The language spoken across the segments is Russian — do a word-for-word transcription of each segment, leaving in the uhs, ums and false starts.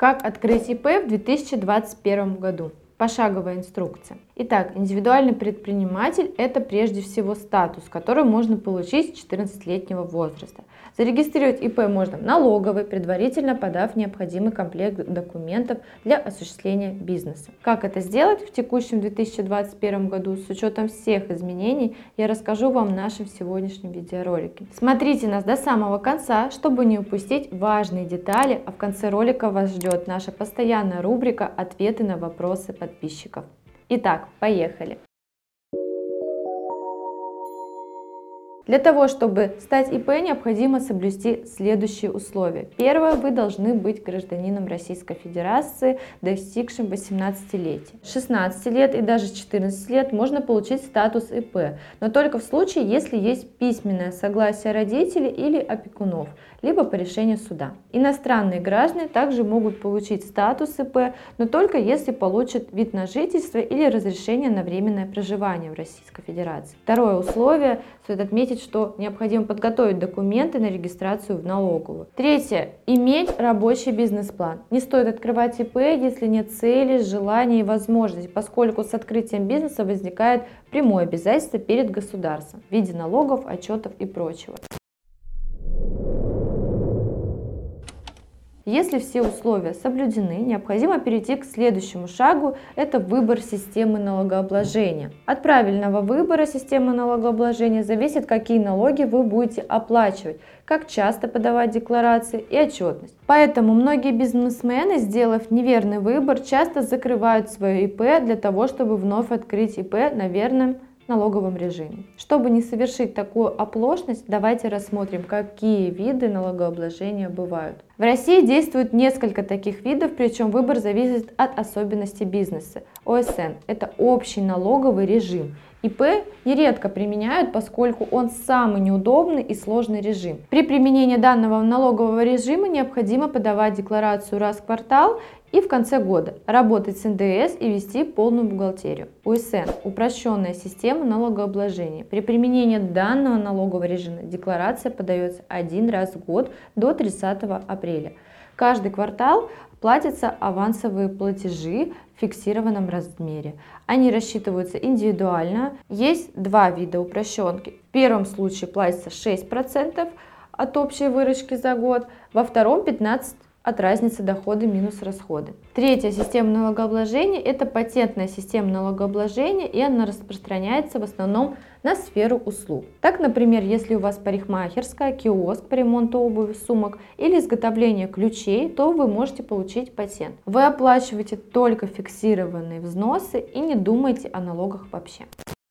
Как открыть ИП в две тысячи двадцать первом году? Пошаговая инструкция. Итак, индивидуальный предприниматель – это прежде всего статус, который можно получить с четырнадцатилетнего возраста. Зарегистрировать ИП можно в налоговой, предварительно подав необходимый комплект документов для осуществления бизнеса. Как это сделать в текущем две тысячи двадцать первом году с учетом всех изменений, я расскажу вам в нашем сегодняшнем видеоролике. Смотрите нас до самого конца, чтобы не упустить важные детали, а в конце ролика вас ждет наша постоянная рубрика «Ответы на вопросы подписчиков». Итак, поехали! Для того, чтобы стать ИП, необходимо соблюсти следующие условия. Первое, вы должны быть гражданином Российской Федерации, достигшим восемнадцатилетия. С шестнадцати лет и даже с четырнадцати лет можно получить статус ИП, но только в случае, если есть письменное согласие родителей или опекунов, либо по решению суда. Иностранные граждане также могут получить статус ИП, но только если получат вид на жительство или разрешение на временное проживание в Российской Федерации. Второе условие, стоит отметить, что необходимо подготовить документы на регистрацию в налоговую. Третье. Иметь рабочий бизнес-план. Не стоит открывать ИП, если нет цели, желания и возможностей, поскольку с открытием бизнеса возникает прямое обязательство перед государством в виде налогов, отчетов и прочего. Если все условия соблюдены, необходимо перейти к следующему шагу – это выбор системы налогообложения. От правильного выбора системы налогообложения зависит, какие налоги вы будете оплачивать, как часто подавать декларации и отчетность. Поэтому многие бизнесмены, сделав неверный выбор, часто закрывают свое ИП для того, чтобы вновь открыть ИП на верном налоговом режиме. Чтобы не совершить такую оплошность, давайте рассмотрим, какие виды налогообложения бывают. В России действует несколько таких видов, причем выбор зависит от особенностей бизнеса. ОСН – это общий налоговый режим. ИП нередко применяют, поскольку он самый неудобный и сложный режим. При применении данного налогового режима необходимо подавать декларацию раз в квартал и в конце года, работать с эн дэ эс и вести полную бухгалтерию. УСН – упрощенная система налогообложения. При применении данного налогового режима декларация подается один раз в год до тридцатого апреля. Каждый квартал платятся авансовые платежи в фиксированном размере. Они рассчитываются индивидуально. Есть два вида упрощенки. В первом случае платится шесть процентов от общей выручки за год, во втором пятнадцать процентов от разницы дохода минус расходы. Третья система налогообложения – это патентная система налогообложения, и она распространяется в основном на сферу услуг. Так, например, если у вас парикмахерская, киоск по ремонту обуви, сумок или изготовление ключей, то вы можете получить патент. Вы оплачиваете только фиксированные взносы и не думайте о налогах вообще.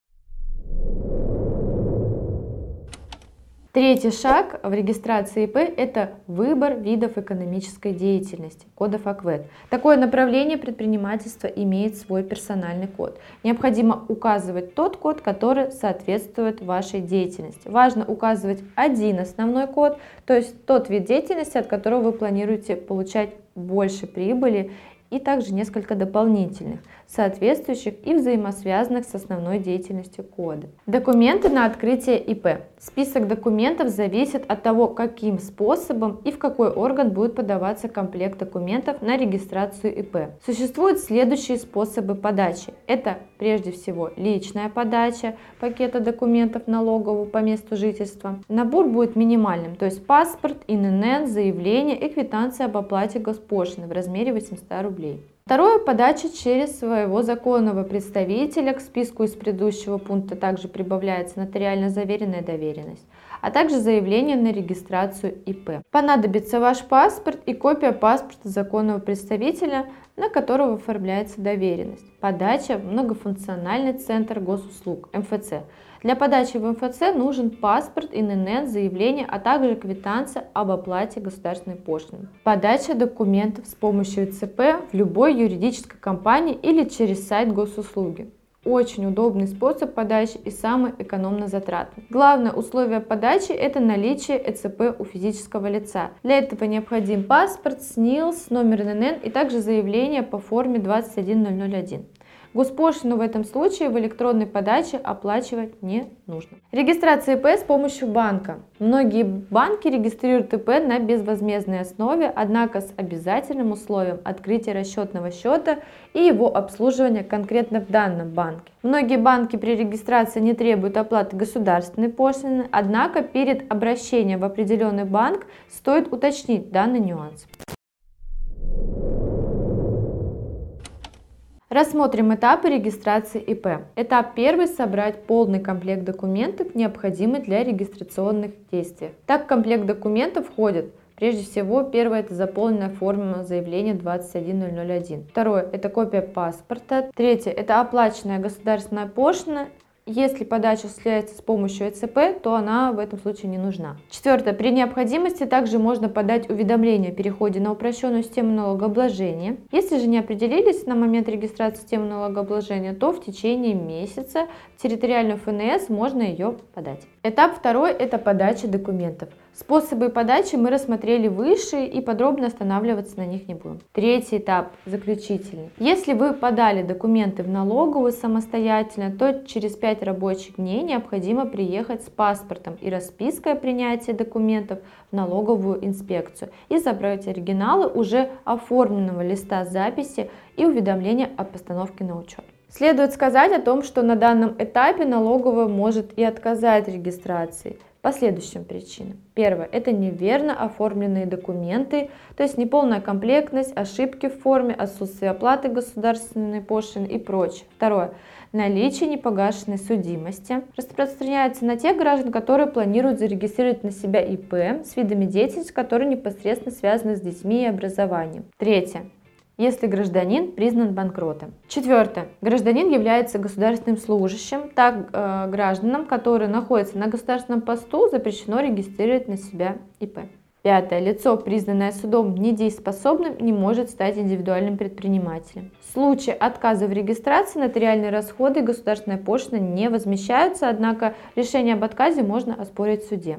Третий шаг в регистрации ИП – это выбор видов экономической деятельности, кодов ОКВЭД. Такое направление предпринимательства имеет свой персональный код. Необходимо указывать тот код, который соответствует вашей деятельности. Важно указывать один основной код, то есть тот вид деятельности, от которого вы планируете получать больше прибыли, и также несколько дополнительных, соответствующих и взаимосвязанных с основной деятельностью кода. Документы на открытие ИП. Список документов зависит от того, каким способом и в какой орган будет подаваться комплект документов на регистрацию ИП. Существуют следующие способы подачи. Это прежде всего личная подача пакета документов налоговую по месту жительства. Набор будет минимальным, то есть паспорт, ин эн эн, заявление и квитанция об оплате госпошлины в размере восьмисот рублей. Второе – подача через своего законного представителя. К списку из предыдущего пункта также прибавляется нотариально заверенная доверенность, а также заявление на регистрацию ИП. Понадобится ваш паспорт и копия паспорта законного представителя, на которого оформляется доверенность. Подача в многофункциональный центр госуслуг эм эф цэ. Для подачи в эм эф цэ нужен паспорт, ин эн эн, заявление, а также квитанция об оплате государственной пошлины. Подача документов с помощью ЦП в любой юридической компании или через сайт госуслуги. Очень удобный способ подачи и самый экономно затратный. Главное условие подачи – это наличие э цэ пэ у физического лица. Для этого необходим паспорт, СНИЛС, номер эн эн эн и также заявление по форме двадцать один ноль ноль один. Госпошлину в этом случае в электронной подаче оплачивать не нужно. Регистрация ИП с помощью банка. Многие банки регистрируют ИП на безвозмездной основе, однако с обязательным условием открытия расчетного счета и его обслуживания конкретно в данном банке. Многие банки при регистрации не требуют оплаты государственной пошлины, однако перед обращением в определенный банк стоит уточнить данный нюанс. Рассмотрим этапы регистрации ИП. Этап первый – собрать полный комплект документов, необходимый для регистрационных действий. Так, в комплект документов входят прежде всего, первое – это заполненная форма заявления двадцать один ноль ноль один. Второе – это копия паспорта. Третье – это оплаченная государственная пошлина. Если подача осуществляется с помощью ЭЦП, то она в этом случае не нужна. Четвертое. При необходимости также можно подать уведомление о переходе на упрощенную систему налогообложения. Если же не определились на момент регистрации системы налогообложения, то в течение месяца в территориальную ФНС можно ее подать. Этап второй – это подача документов. Способы подачи мы рассмотрели выше и подробно останавливаться на них не будем. Третий этап – заключительный. Если вы подали документы в налоговую самостоятельно, то через пять рабочих дней необходимо приехать с паспортом и распиской о принятии документов в налоговую инспекцию и забрать оригиналы уже оформленного листа записи и уведомления о постановке на учет. Следует сказать о том, что на данном этапе налоговая может и отказать регистрации по следующим причинам. Первое – это неверно оформленные документы, то есть неполная комплектность, ошибки в форме, отсутствие оплаты государственной пошлины и прочее. Второе – наличие непогашенной судимости. Распространяется на тех граждан, которые планируют зарегистрировать на себя ИП с видами деятельности, которые непосредственно связаны с детьми и образованием. Третье. Если гражданин признан банкротом. Четвертое. Гражданин является государственным служащим. Так, э, гражданам, которые находятся на государственном посту, запрещено регистрировать на себя ИП. Пятое. Лицо, признанное судом недееспособным, не может стать индивидуальным предпринимателем. В случае отказа в регистрации нотариальные расходы и государственная пошлина не возмещаются, однако решение об отказе можно оспорить в суде.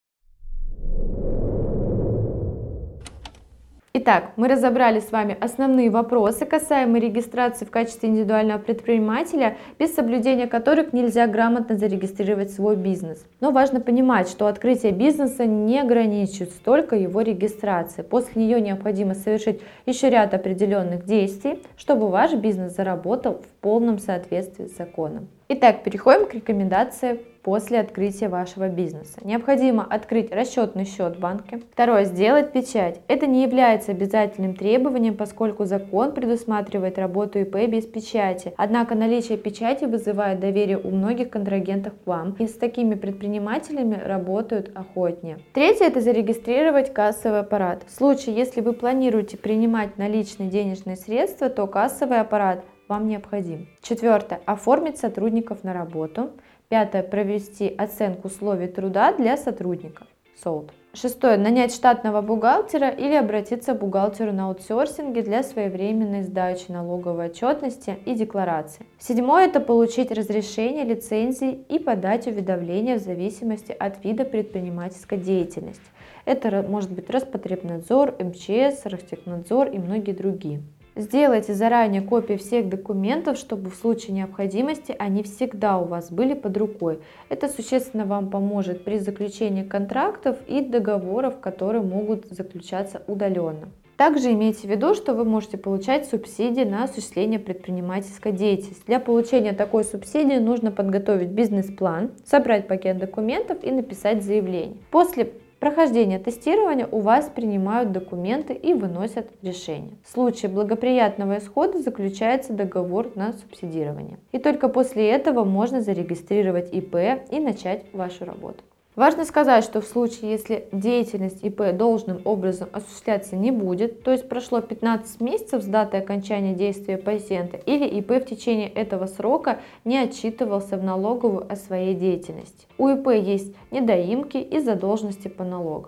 Итак, мы разобрали с вами основные вопросы, касаемые регистрации в качестве индивидуального предпринимателя, без соблюдения которых нельзя грамотно зарегистрировать свой бизнес. Но важно понимать, что открытие бизнеса не ограничивает только его регистрации. После нее необходимо совершить еще ряд определенных действий, чтобы ваш бизнес заработал в полном соответствии с законом. Итак, переходим к рекомендации после открытия вашего бизнеса. Необходимо открыть расчетный счет в банке. Второе. Сделать печать. Это не является обязательным требованием, поскольку закон предусматривает работу ИП без печати. Однако наличие печати вызывает доверие у многих контрагентов к вам, и с такими предпринимателями работают охотнее. Третье. Это зарегистрировать кассовый аппарат. В случае, если вы планируете принимать наличные денежные средства, то кассовый аппарат вам необходим. Четвертое. Оформить сотрудников на работу. Пятое. Провести оценку условий труда для сотрудников. солд. Шестое. Нанять штатного бухгалтера или обратиться к бухгалтеру на аутсорсинге для своевременной сдачи налоговой отчетности и декларации. Седьмое. Это получить разрешение, лицензии и подать уведомления в зависимости от вида предпринимательской деятельности. Это может быть Роспотребнадзор, эм че эс, Ростехнадзор и многие другие. Сделайте заранее копии всех документов, чтобы в случае необходимости они всегда у вас были под рукой. Это существенно вам поможет при заключении контрактов и договоров, которые могут заключаться удаленно. Также имейте в виду, что вы можете получать субсидии на осуществление предпринимательской деятельности. Для получения такой субсидии нужно подготовить бизнес-план, собрать пакет документов и написать заявление. После прохождения тестирования у вас принимают документы и выносят решение. В случае благоприятного исхода заключается договор на субсидирование. И только после этого можно зарегистрировать ИП и начать вашу работу. Важно сказать, что в случае, если деятельность ИП должным образом осуществляться не будет, то есть прошло пятнадцать месяцев с даты окончания действия патента, или ИП в течение этого срока не отчитывался в налоговую о своей деятельности. У ИП есть недоимки и задолженности по налогам,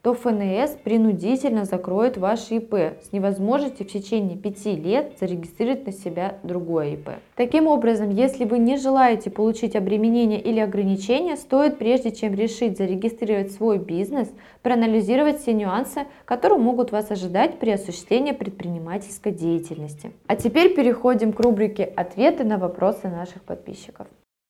то эф эн эс принудительно закроет ваше и пэ с невозможностью в течение пяти лет зарегистрировать на себя другое и пэ. Таким образом, если вы не желаете получить обременение или ограничения, стоит, прежде чем решить зарегистрировать свой бизнес, проанализировать все нюансы, которые могут вас ожидать при осуществлении предпринимательской деятельности. А теперь переходим к рубрике «Ответы на вопросы наших подписчиков».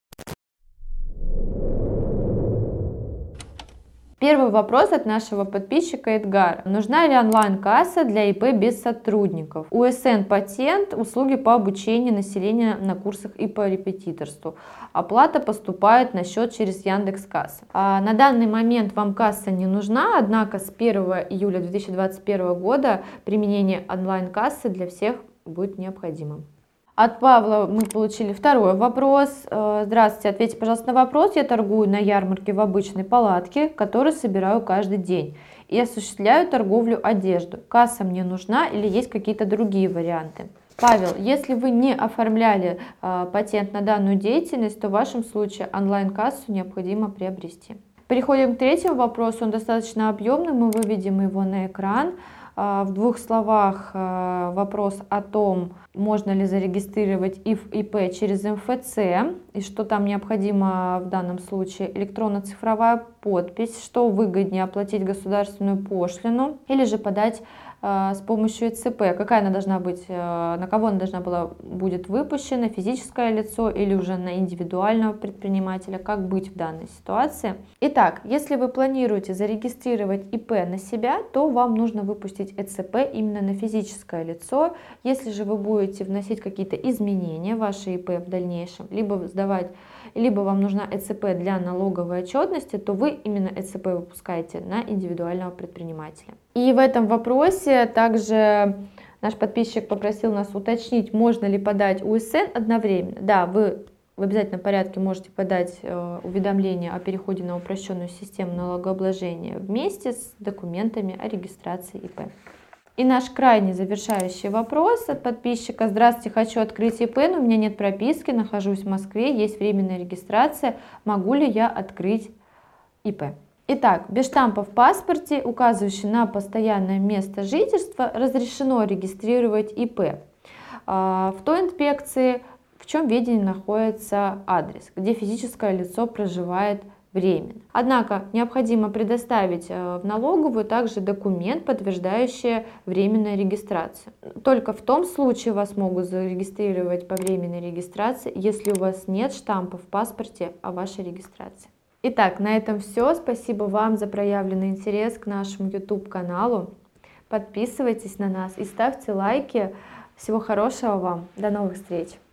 Первый вопрос от нашего подписчика Эдгара. Нужна ли онлайн-касса для и пэ без сотрудников? у эс эн патент, услуги по обучению населения на курсах и по репетиторству. Оплата поступает на счет через Яндекс.Касса. А на данный момент вам касса не нужна, однако с первого июля две тысячи двадцать первого года применение онлайн-кассы для всех будет необходимым. От Павла мы получили второй вопрос. Здравствуйте, ответьте, пожалуйста, на вопрос. Я торгую на ярмарке в обычной палатке, которую собираю каждый день, и осуществляю торговлю одеждой. Касса мне нужна или есть какие-то другие варианты? Павел, если вы не оформляли э, патент на данную деятельность, то в вашем случае онлайн-кассу необходимо приобрести. Переходим к третьему вопросу. Он достаточно объемный, мы выведем его на экран. В двух словах вопрос о том, можно ли зарегистрировать и эф и пэ через эм эф цэ, и что там необходимо в данном случае: электронно-цифровая подпись, что выгоднее, оплатить государственную пошлину или же подать с помощью и цэ пэ, какая она должна быть, на кого она должна была будет выпущена, физическое лицо или уже на индивидуального предпринимателя, как быть в данной ситуации. Итак, если вы планируете зарегистрировать и пэ на себя, то вам нужно выпустить и цэ пэ именно на физическое лицо. Если же вы будете вносить какие-то изменения в ваше и пэ в дальнейшем, либо сдавать, либо вам нужна и цэ пэ для налоговой отчетности, то вы именно и цэ пэ выпускаете на индивидуального предпринимателя. И в этом вопросе также наш подписчик попросил нас уточнить, можно ли подать у эс эн одновременно. Да, вы в обязательном порядке можете подать э, уведомление о переходе на упрощенную систему налогообложения вместе с документами о регистрации и пэ. И наш крайний завершающий вопрос от подписчика. Здравствуйте, хочу открыть и пэ, но у меня нет прописки, нахожусь в Москве, есть временная регистрация, могу ли я открыть и пэ? Итак, без штампа в паспорте, указывающий на постоянное место жительства, разрешено регистрировать и пэ. В той инспекции, в чем ведении находится адрес, где физическое лицо проживает временно. Однако необходимо предоставить в налоговую также документ, подтверждающий временную регистрацию. Только в том случае вас могут зарегистрировать по временной регистрации, если у вас нет штампа в паспорте о вашей регистрации. Итак, на этом все. Спасибо вам за проявленный интерес к нашему ютуб каналу. Подписывайтесь на нас и ставьте лайки. Всего хорошего вам. До новых встреч!